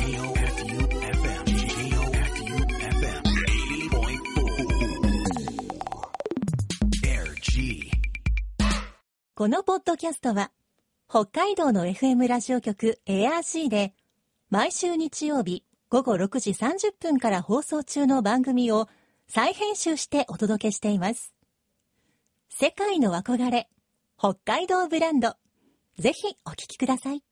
J-O-F-U-F-M 80.4 Air G。 このポッドキャストは北海道の FM ラジオ局 ARG で毎週日曜日午後6時30分から放送中の番組を再編集してお届けしています。世界の憧れ北海道ブランド、ぜひお聞きください。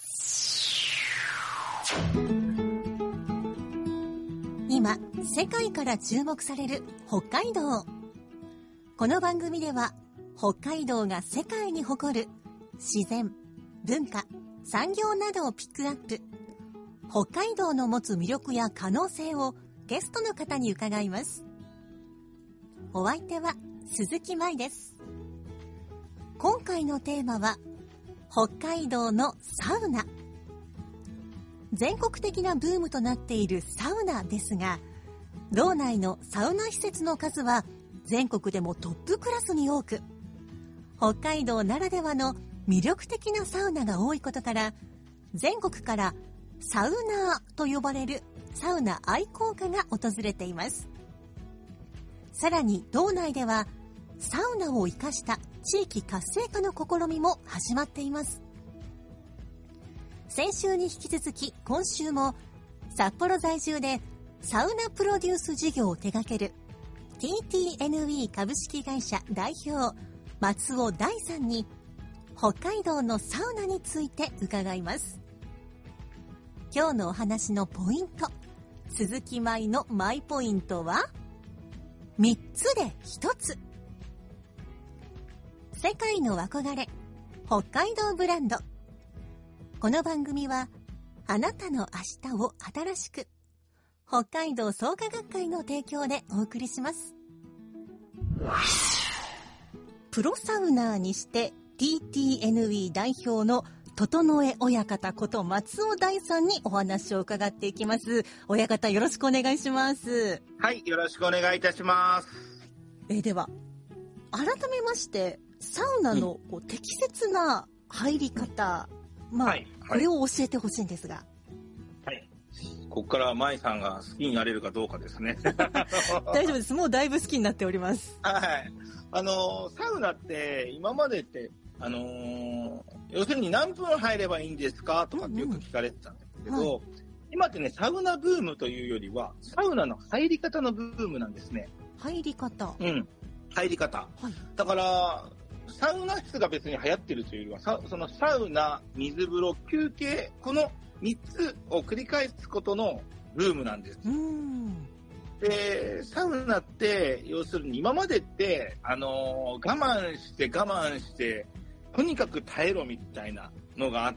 今世界から注目される北海道。この番組では北海道が世界に誇る自然、文化、産業などをピックアップ。北海道の持つ魅力や可能性をゲストの方に伺います。お相手は鈴木舞です。今回のテーマは北海道のサウナ。全国的なブームとなっているサウナですが、道内のサウナ施設の数は全国でもトップクラスに多く、北海道ならではの魅力的なサウナが多いことから、全国からサウナーと呼ばれるサウナ愛好家が訪れています。さらに道内ではサウナを生かした地域活性化の試みも始まっています。先週に引き続き今週も札幌在住でサウナプロデュース事業を手掛ける TTNE 株式会社代表松尾大さんに北海道のサウナについて伺います。今日のお話のポイント、鈴木舞のマイポイントは3つで1つ。世界の憧れ北海道ブランド。この番組はあなたの明日を新しく、北海道創価学会の提供でお送りします。プロサウナーにして TTNE 代表の整え親方こと松尾大さんにお話を伺っていきます。親方、よろしくお願いします。 はい、よろしくお願いいたします。 では改めましてサウナの適切な入り方、これを教えてほしいんですが。 はい、ここからは舞さんが好きになれるかどうかですね。 大丈夫です、もうだいぶ好きになっております。 はい、サウナって今までって要するに何分入ればいいんですかとかってよく聞かれてたんですけど、今ってね、サウナブームというよりはサウナの入り方のブームなんですね。 入り方、 入り方、だからサウナ室が別に流行ってるというよりはそのサウナ、水風呂、休憩、この3つを繰り返すことのブームなんです。でサウナって要するに今までって我慢してとにかく耐えろみたいなのがあって、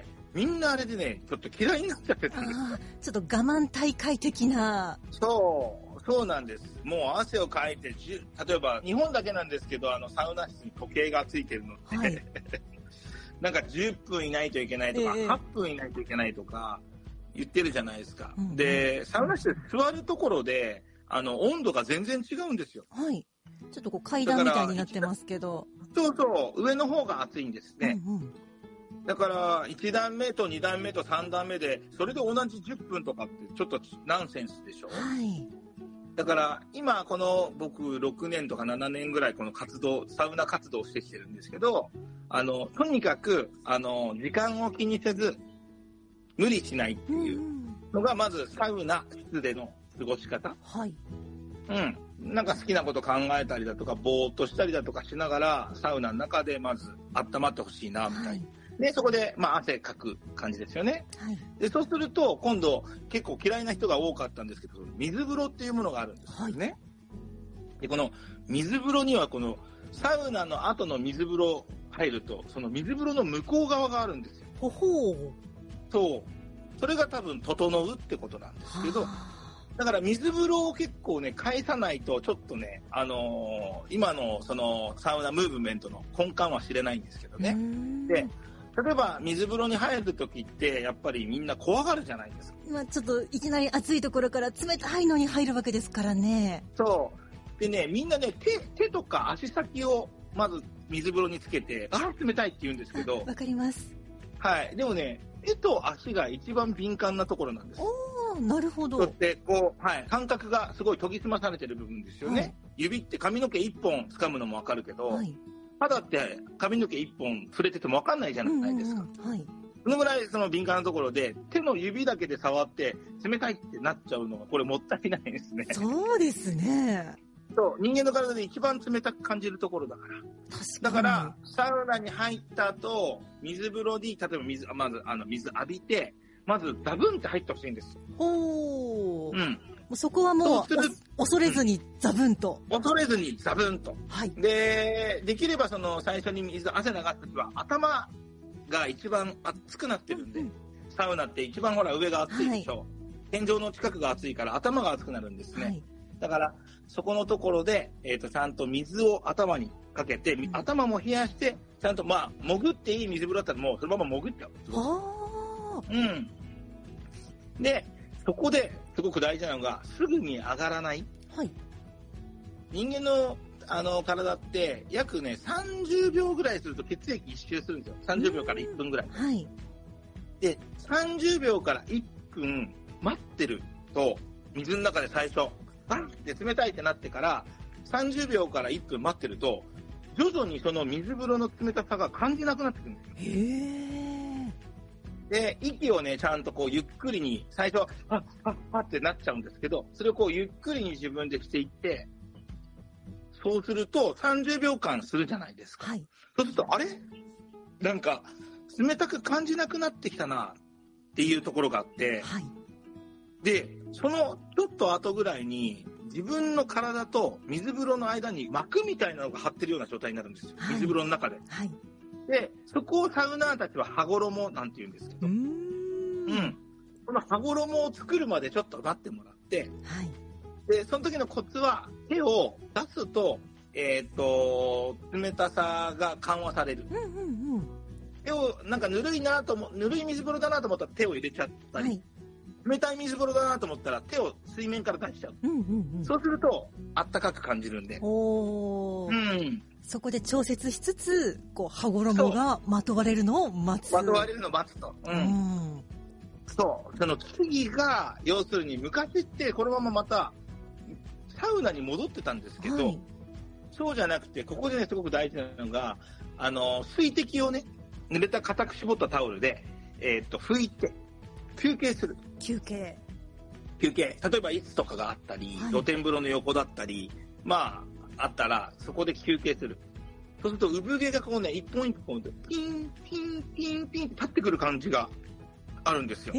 みんなあれでねちょっと嫌いになっちゃってたんですよ。 ちょっと我慢大会的な。 そうなんです。もう汗をかいて、例えば日本だけなんですけど、サウナ室に時計がついてるので、なんか10分いないといけないとか、8分いないといけないとか言ってるじゃないですか。でサウナ室で座るところで温度が全然違うんですよ。 ちょっと階段みたいになってますけど、 そう上の方が暑いんですね。だから1段目と2段目と3段目でそれで同じ10分とかってちょっとナンセンスでしょ。だから今この僕6年とか7年ぐらいこのサウナ活動をしてきてるんですけど、とにかく時間を気にせず無理しないっていうのがまずサウナ室での過ごし方。なんか好きなこと考えたりだとかぼーっとしたりだとかしながらサウナの中でまず温まってほしいなみたいな。でそこで汗かく感じですよね。でそうすると今度結構嫌いな人が多かったんですけど、水風呂っていうものがあるんですよね。でこの水風呂にはこのサウナの後の水風呂入るとその水風呂の向こう側があるんですよ。それが多分整うってことなんですけど、だから水風呂を結構ね返さないとちょっとね、今のそのサウナムーブメントの根幹は知れないんですけどね。で例えば水風呂に入るときってやっぱりみんな怖がるじゃないですか。 ちょっといきなり暑いところから冷たいのに入るわけですからね。 でね、みんなね手とか足先をまず水風呂につけて冷たいって言うんですけど、 わかります。 でもね手と足が一番敏感なところなんです。 なるほど。 そしてこう、はい、感覚がすごい研ぎ澄まされてる部分ですよね。はい、指って髪の毛1本掴むのも分かるけど、はい、肌って髪の毛1本触れてても分かんないじゃないですか。はい、そのぐらいその敏感なところで、手の指だけで触って冷たいってなっちゃうのがこれもったいないですね。 そうですね。 そう、人間の体で一番冷たく感じるところだから。だからサウナに入った後、水風呂に例えばまず水浴びて、まずザブンって入ってほしいんです。 そこはもう恐れずにザブンと。 恐れずにザブンと。はい。できればその最初に汗流すときは頭が一番熱くなってるんで、サウナって一番ほら上が熱いでしょ。はい、天井の近くが熱いから頭が熱くなるんですね。はい、だからそこのところでちゃんと水を頭にかけて、頭も冷やしてちゃんと潜っていい水風呂だったらもうそのまま潜っちゃう。でそこですごく大事なのがすぐに上がらない。はい、人間の体って約ね30秒ぐらいすると血液一周するんですよ。30秒から1分ぐらい。はい、で30秒から1分待ってると水の中で最初バンって冷たいってなってから30秒から1分待ってると徐々にその水風呂の冷たさが感じなくなってくるんですよ。で息をねちゃんとこうゆっくりに最初ははってなっちゃうんですけど、それをこうゆっくりに自分でしていって、そうすると30秒間するじゃないですか。はい、そうするとあれなんか冷たく感じなくなってきたなっていうところがあって、はい、でそのちょっと後ぐらいに自分の体と水風呂の間に膜みたいなのが張ってるような状態になるんですよ。はい、水風呂の中で。はい、でそこをサウナーたちは羽衣なんて言うんですけど、この羽衣を作るまでちょっと待ってもらって、はい、でその時のコツは手を出すと、冷たさが緩和される。手をなんかぬるい水風呂だなと思ったら手を入れちゃったり、はい、冷たい水風呂だなと思ったら手を水面から出しちゃう。そうするとあったかく感じるんで。 そこで調節しつつこう羽衣がまとわれるのを待つ。 まとわれるのを待つと。その次が要するに昔ってこのまままたサウナに戻ってたんですけど、はい、そうじゃなくてここでねすごく大事なのが水滴をね濡れた固く絞ったタオルで拭いて休憩する。 休憩例えばいつとかがあったり、はい、露天風呂の横だったりあったらそこで休憩する。そうすると産毛がこうね一本一本でピンピンピンピンって立ってくる感じがあるんですよ。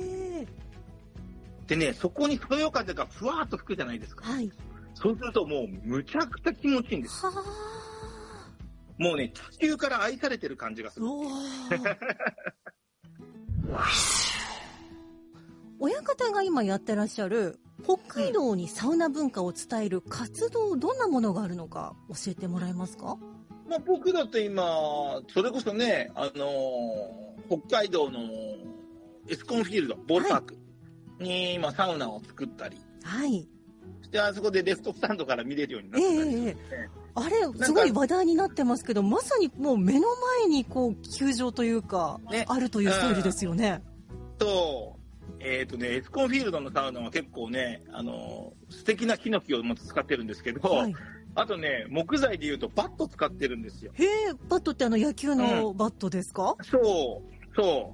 でねそこにそよ風がふわーっと吹くじゃないですか。はい、そうするともうむちゃくちゃ気持ちいいんです。もうね地球から愛されてる感じがする。 親方が今やってらっしゃる北海道にサウナ文化を伝える活動、どんなものがあるのか教えてもらえますか？ 僕だって今それこそね、北海道のエスコンフィールドボールパークに今サウナを作ったり、はい、であそこでレフトスタンドから見れるようになったりして、 あれすごい話題になってますけど、まさにもう目の前にこう球場というか、ね、あるというスタイルですよね。 エスコンフィールドのサウナは結構ね、素敵なヒノキをまず使ってるんですけど、はい、あとね、木材でいうとバット使ってるんですよ。 バットって野球のバットですか？ そう。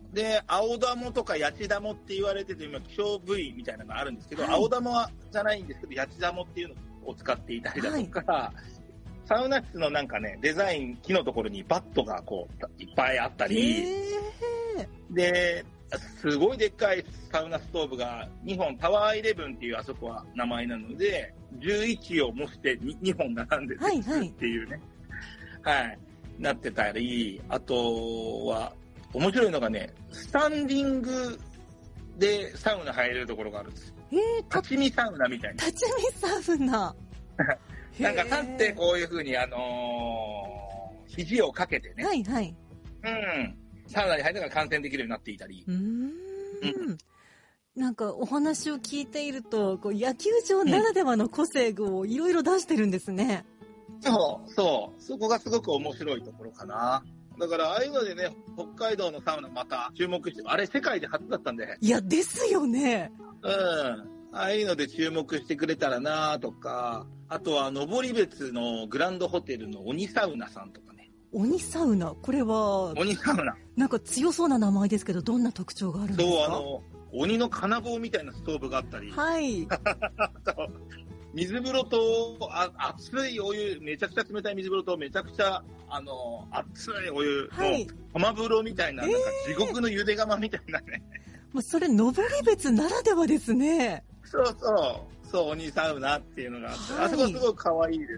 で、青玉とかヤチダモって言われてて、今、希少部位みたいなのがあるんですけど、はい、青玉じゃないんですけど、ヤチダモっていうのを使っていたりだとか、はい、サウナ室のなんかね、デザイン、木のところにバットがこう、いっぱいあったり、ですごいでっかいサウナストーブが2本、タワー11っていうあそこは名前なので、11を模して2本並んでてっていうね、はい、なってたり、あとは、面白いのがね、スタンディングでサウナ入れるところがあるんです。立ち見サウナみたいな。 立ち見サウナなんか立ってこういう風に肘をかけてね。はいはい。サウナに入りながら観戦できるようになっていたり。 なんかお話を聞いていると、こう野球場ならではの個性をいろいろ出してるんですね。 そこがすごく面白いところかな。 だからああいうのでね、北海道のサウナまた注目して、あれ世界で初だったんで。 いや、ですよね。 うん。ああいうので注目してくれたらなとか、あとは登別のグランドホテルの鬼サウナさんとかね。 鬼サウナ、これは鬼サウナ。 なんか強そうな名前ですけど、どんな特徴があるんですか？ そう、鬼の金棒みたいなストーブがあったり。 はい。 水風呂と熱いお湯、めちゃくちゃ冷たい水風呂とめちゃくちゃ熱いお湯の浜風呂みたいな、なんか地獄のゆで釜みたいなね。 もうそれ登別ならではですね。 そう鬼サウナっていうのがあって、はい、あそこすごく可愛いです。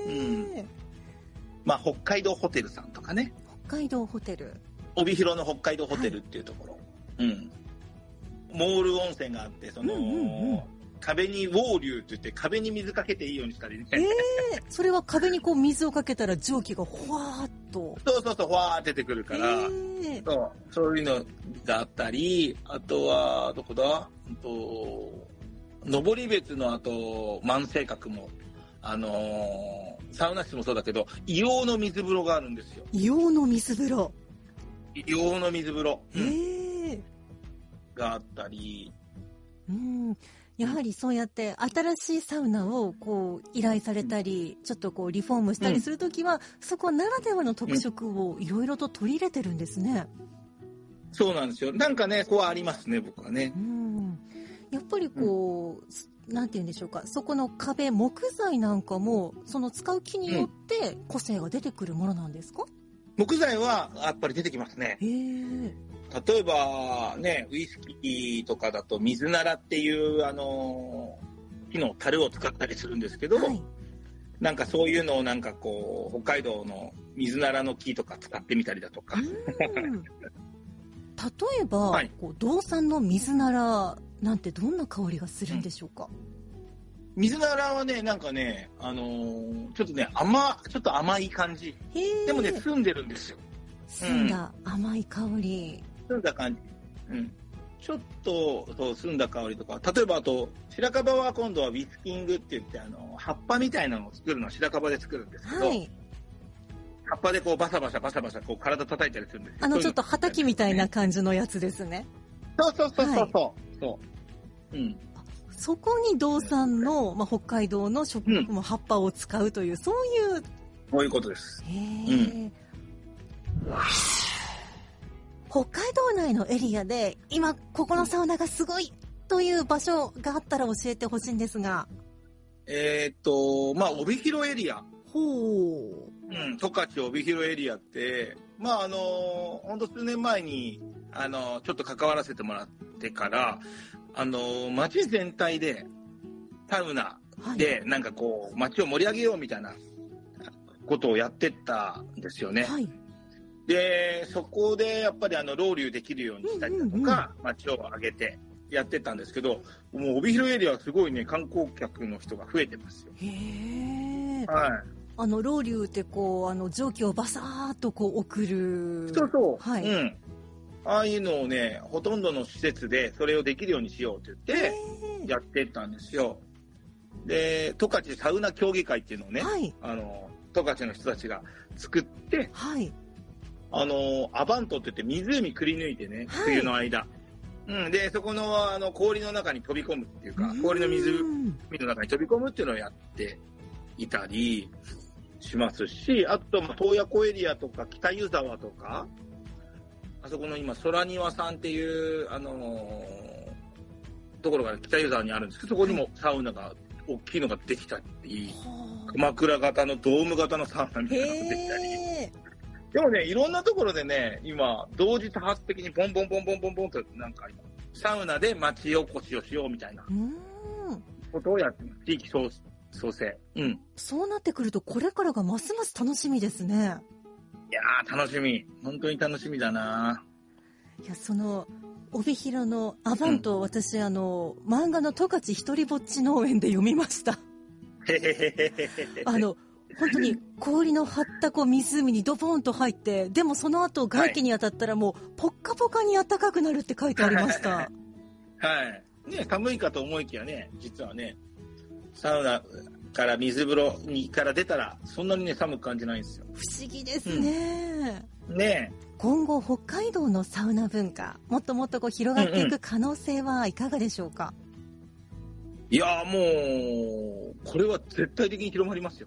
まあ北海道ホテルさんとかね。 北海道ホテル。 帯広の北海道ホテルっていうところ。はい、モール温泉があって、壁にウォーリューって言って壁に水かけていいようにしたりね。 それは壁にこう水をかけたら蒸気がほわーっと。 そうほわーって出てくるから、そういうのがあったり、あとはどこだ？登別の万世閣もサウナ室もそうだけど、硫黄の水風呂があるんですよ。 硫黄の水風呂。 硫黄の水風呂。があったり。 やはりそうやって新しいサウナをこう依頼されたり、ちょっとこうリフォームしたりするときは、そこならではの特色をいろいろと取り入れてるんですね。 そうなんですよ。なんかね、こうありますね、僕はね。 やっぱりこう、なんて言うんでしょうか、そこの壁、木材なんかもその使う木によって個性が出てくるものなんですか？ 木材はやっぱり出てきますね。例えばね、ウイスキーとかだと水ならっていう木の樽を使ったりするんですけど、なんかそういうのをなんかこう北海道の水ならの木とか使ってみたりだとか。 例えば、こう道産の水ならなんてどんな香りがするんでしょうか？ 水ならはね、なんかね、ちょっとねちょっと甘い感じ。でもね、澄んでるんですよ。 澄んだ甘い香り。 澄んだ感じ。ちょっと澄んだ香りとか、例えばあと白樺は今度はウィスキングって言って葉っぱみたいなのを作るのは白樺で作るんですけど、葉っぱでこうバサバサこう体叩いたりするんですよ。 ちょっと畑みたいな感じのやつですね。 そう。 そこに道産の、北海道の植物も葉っぱを使うという、そういうことです。 北海道内のエリアで今ここのサウナがすごいという場所があったら教えてほしいんですが。 帯広エリア。十勝帯広エリアって、ほんと数年前にちょっと関わらせてもらってから町全体でサウナでなんかこう町を盛り上げようみたいなことをやってったんですよね。でそこでやっぱりロウリュできるようにしたりだとか、町を挙げてやってたんですけど、もう帯広エリアはすごいね、観光客の人が増えてますよ。 ロウリュってこう蒸気をバサーっとこう送る。 ああいうのをね、ほとんどの施設でそれをできるようにしようって言ってやってったんですよ。で十勝サウナ協議会っていうのをね、十勝の人たちが作って、アバントって言って湖くり抜いてね、冬の間、でそこの氷の中に飛び込むっていうか、氷の湖の中に飛び込むっていうのをやっていたりしますし、あと洞爺湖エリアとか北湯沢とか、あそこの今空庭さんっていうところが北湯沢にあるんですけど、そこにもサウナが大きいのができたり、鎌倉型のドーム型のサウナみたいなのができたり。でもね、いろんなところでね、今同時多発的にボンボンとなんかサウナで町おこしをしようみたいなことをやってます。地域創生。 そうなってくるとこれからがますます楽しみですね。 いやー、楽しみ。本当に楽しみだな。 いや、その帯広のアバント、私漫画の十勝ひとりぼっち農園で読みました。本当に氷の張った湖にドボンと入って、でもその後外気に当たったらもうポッカポカに暖かくなるって書いてありました。 ね、寒いかと思いきやね、実はね、サウナから水風呂から出たらそんなにね寒く感じないんですよ。 不思議ですね。 ねえ。 今後北海道のサウナ文化もっともっとこう広がっていく可能性はいかがでしょうか？ いやもうこれは絶対的に広まりますよ。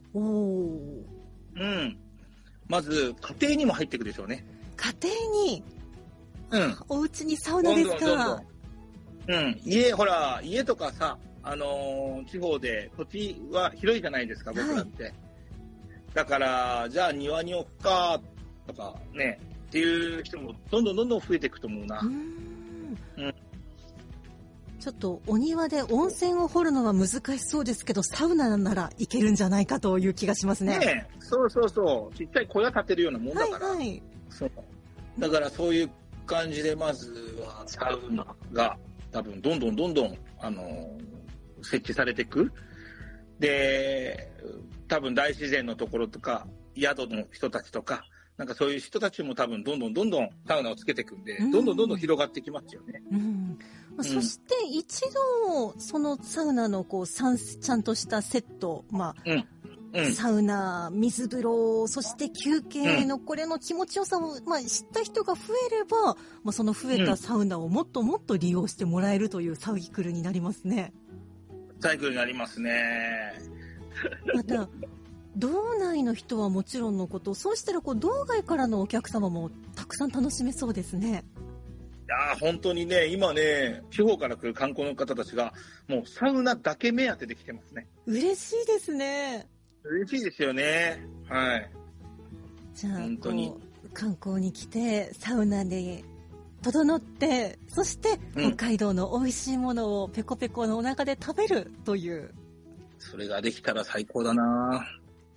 まず家庭にも入っていくでしょうね。 家庭に、お家にサウナですか？ どんどん家とかさ、地方で土地は広いじゃないですか、僕らって。だからじゃあ庭に置くかとかねっていう人もどんどん増えていくと思うな。 ちょっとお庭で温泉を掘るのは難しそうですけど、サウナならいけるんじゃないかという気がしますね。 そうちっちゃい小屋建てるようなもんだから、そうだからそういう感じでまずはサウナが多分どんどん設置されていく。で多分大自然のところとか宿の人たちとかなんかそういう人たちも多分どんどんサウナをつけていくんで、どんどん広がってきますよね。 そして一度そのサウナのこうちゃんとしたセット、サウナ、水風呂、そして休憩のこれの気持ちよさを、知った人が増えれば、その増えたサウナをもっともっと利用してもらえるというサイクルになりますね。 サイクルになりますね。 また道内の人はもちろんのこと、そうしたらこう道外からのお客様もたくさん楽しめそうですね。 いや本当にね、今ね、地方から来る観光の方たちがもうサウナだけ目当てで来てますね。 嬉しいですね。 嬉しいですよね。はい。 じゃあ本当に観光に来てサウナで整って、そして北海道の美味しいものをペコペコのお腹で食べるという、 それができたら最高だな。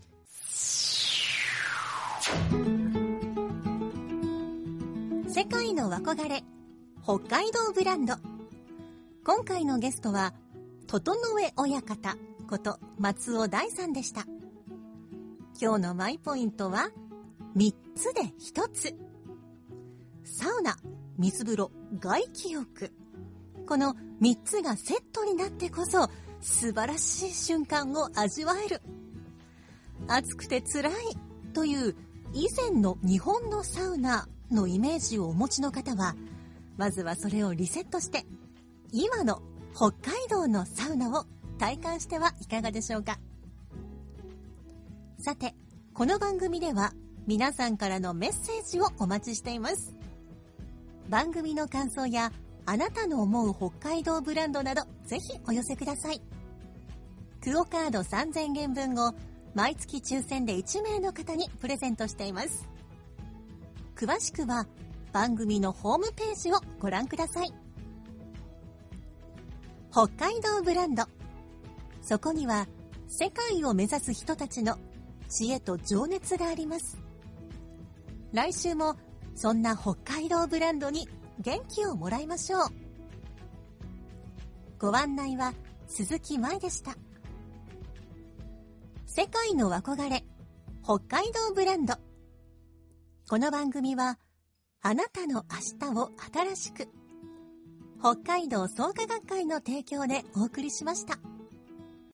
世界の憧れ北海道ブランド。今回のゲストは整え親方こと松尾大さんでした。今日のマイポイントは3つで1つ。サウナ、水風呂、外気浴。この3つがセットになってこそ素晴らしい瞬間を味わえる。暑くて辛いという以前の日本のサウナのイメージをお持ちの方は、まずはそれをリセットして今の北海道のサウナを体感してはいかがでしょうか。さて、この番組では皆さんからのメッセージをお待ちしています。番組の感想やあなたの思う北海道ブランドなどぜひお寄せください。クオカード3000元分を毎月抽選で1名の方にプレゼントしています。詳しくは番組のホームページをご覧ください。北海道ブランド。そこには世界を目指す人たちの知恵と情熱があります。来週もそんな北海道ブランドに元気をもらいましょう。ご案内は鈴木舞でした。世界の憧れ北海道ブランド。この番組はあなたの明日を新しく、北海道創価学会の提供でお送りしました。